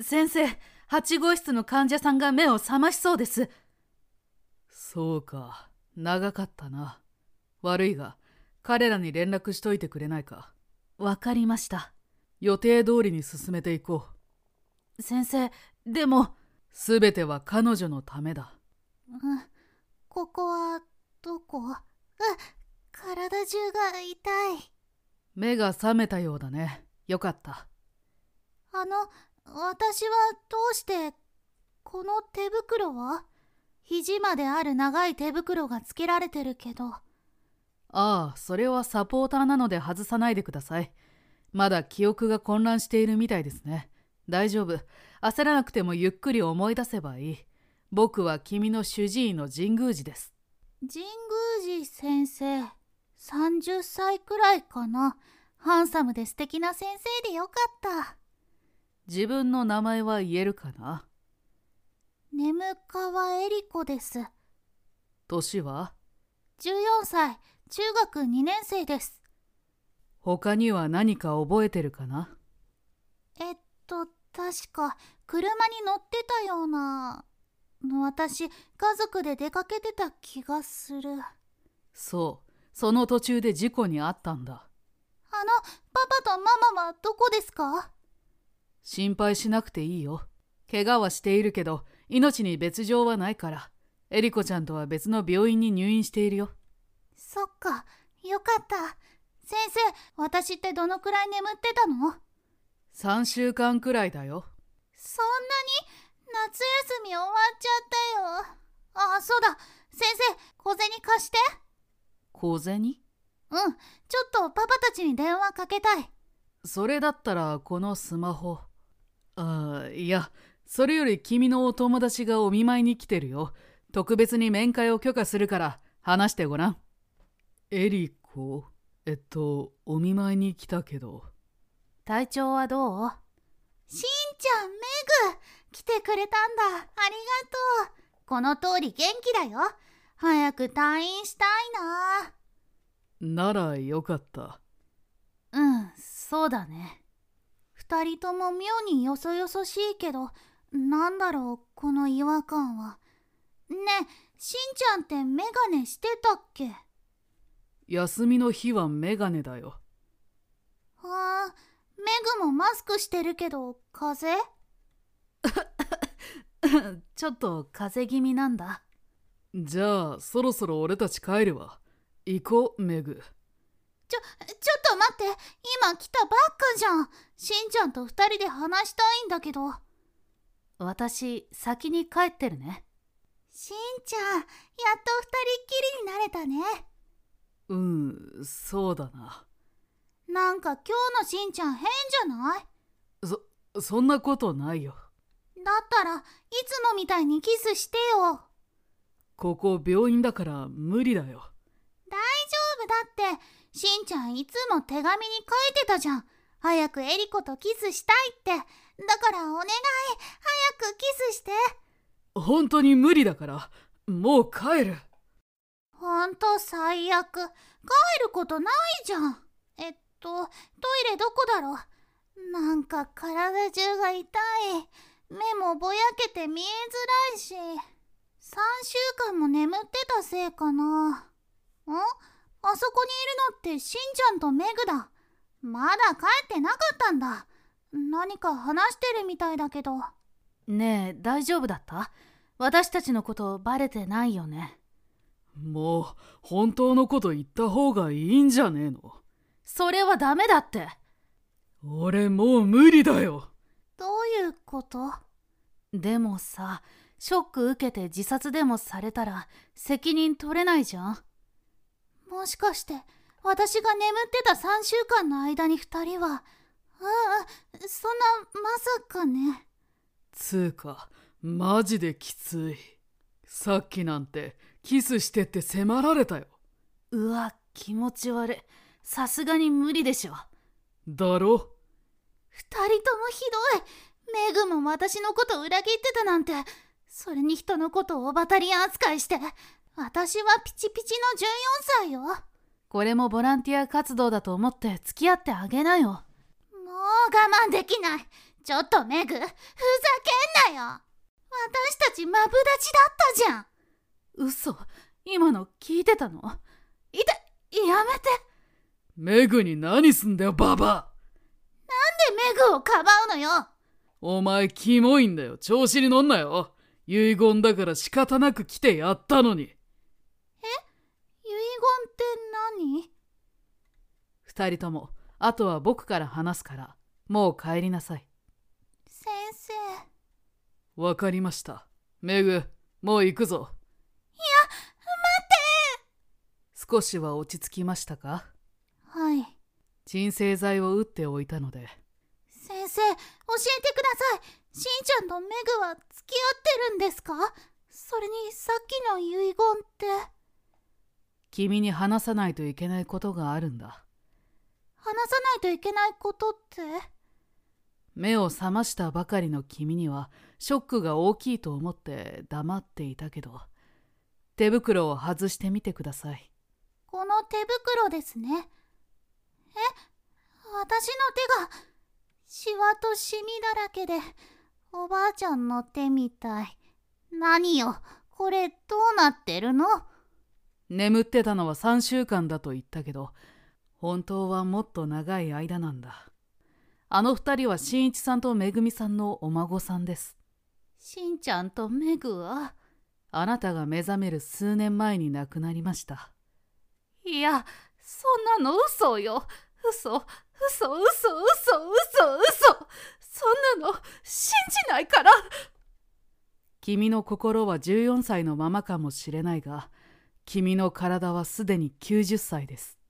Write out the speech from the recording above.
先生、8号室の患者さんが目を覚ましそうです。 そうか、長かったな。悪いが、彼らに連絡しといてくれないか。 わかりました。 予定通りに進めていこう。先生、でも。 すべては彼女のためだ。 ここはどこ？体中が痛い。 目が覚めたようだね。よかった。 私はどうして、この手袋は？肘まである長い手袋がつけられてるけど。 ああ、それはサポーターなので外さないでください。まだ記憶が混乱しているみたいですね。大丈夫。焦らなくてもゆっくり思い出せばいい。僕は君の主治医の神宮寺です。 神宮寺先生、30歳くらいかな。ハンサムで素敵な先生でよかった。 自分の名前は言えるかな？ 眠川恵里子です。 年は ？14歳、中学2年生です。 他には何か覚えてるかな？ 確か車に乗ってたような。私、家族で出かけてた気がする。 そう、その途中で事故に遭ったんだ。 パパとママはどこですか？ 心配しなくていいよ。怪我はしているけど、命に別状はないから。エリコちゃんとは別の病院に入院しているよ。 そっか、よかった。先生、私ってどのくらい眠ってたの ？3週間くらいだよ。 そんなに？夏休み終わっちゃったよ。あ、そうだ。先生、小銭貸して。 小銭？ ちょっとパパたちに電話かけたい。 それだったらこのスマホ。いや、それより君のお友達がお見舞いに来てるよ。特別に面会を許可するから話してごらん。エリコ？お見舞いに来たけど。 体調はどう？ しんちゃん、メグ、来てくれたんだ。ありがとう。この通り元気だよ。早く退院したいな。ならよかった。 そうだね。 2人とも妙によそよそしいけど、なんだろう、この違和感は。ねえ、しんちゃんってメガネしてたっけ？ 休みの日はメガネだよ。 メグもマスクしてるけど、風邪？ ちょっと風邪気味なんだ。 じゃあ、そろそろ俺たち帰るわ。行こう、メグ。 ちょっと待って。今来たばっかじゃん。しんちゃんと2人で話したいんだけど。 私、先に帰ってるね。 しんちゃん、やっと2人っきりになれたね。 そうだな。 なんか今日のしんちゃん変じゃない？ そんなことないよ。 だったらいつもみたいにキスしてよ。 ここ病院だから無理だよ。 大丈夫だって。しんちゃんいつも手紙に書いてたじゃん。早くエリコとキスしたいって。だからお願い、早くキスして。 本当に無理だから、もう帰る。 ほんと最悪。帰ることないじゃん。トイレどこだろう。なんか体中が痛い。目もぼやけて見えづらいし。3週間も眠ってたせいかな。あそこにいるのってしんちゃんとメグだ。まだ帰ってなかったんだ。何か話してるみたいだけど。 ねえ、大丈夫だった？私たちのことバレてないよね。 もう本当のこと言った方がいいんじゃねえの？ それはダメだって。 俺もう無理だよ。 どういうこと？ でもさ、ショック受けて自殺でもされたら責任取れないじゃん。 もしかして私が眠ってた3週間の間に2人は。そんなまさかね。 つうかマジできつい。さっきなんてキスしてって迫られたよ。 うわ、気持ち悪い。さすがに無理でしょ。 だろ？ 2人ともひどい。メグも私のこと裏切ってたなんて。それに人のことをオバタリアン扱いして。私はピチピチの14歳よ。 これもボランティア活動だと思って付き合ってあげなよ。 もう我慢できない。 ちょっとメグ、ふざけんなよ。私たちマブダチだったじゃん。 嘘、今の聞いてたの？いて、やめて。 メグに何すんだよババア。 なんでメグをかばうのよ。 お前キモいんだよ。調子に乗んなよ。遺言だから仕方なく来てやったのに。 遺言って何？ 二人ともあとは僕から話すからもう帰りなさい。 先生。 わかりました。メグ、もう行くぞ。 いや、待って。 少しは落ち着きましたか？ はい。 鎮静剤を打っておいたので。 先生、教えてください。しんちゃんとメグは付き合ってるんですか？それにさっきの遺言って。 君に話さないといけないことがあるんだ。 話さないといけないことって？ 目を覚ましたばかりの君にはショックが大きいと思って黙っていたけど、手袋を外してみてください。 この手袋ですね。私の手がシワとシミだらけでおばあちゃんの手みたい。何よ、これどうなってるの？ 眠ってたのは3週間だと言ったけど、本当はもっと長い間なんだ。あの2人は新一さんとめぐみさんのお孫さんです。 しんちゃんとメグは？ あなたが目覚める数年前に亡くなりました。 いや、そんなの嘘よ。嘘。そんなの信じないから。 君の心は14歳のままかもしれないが、君の体はすでに90歳です。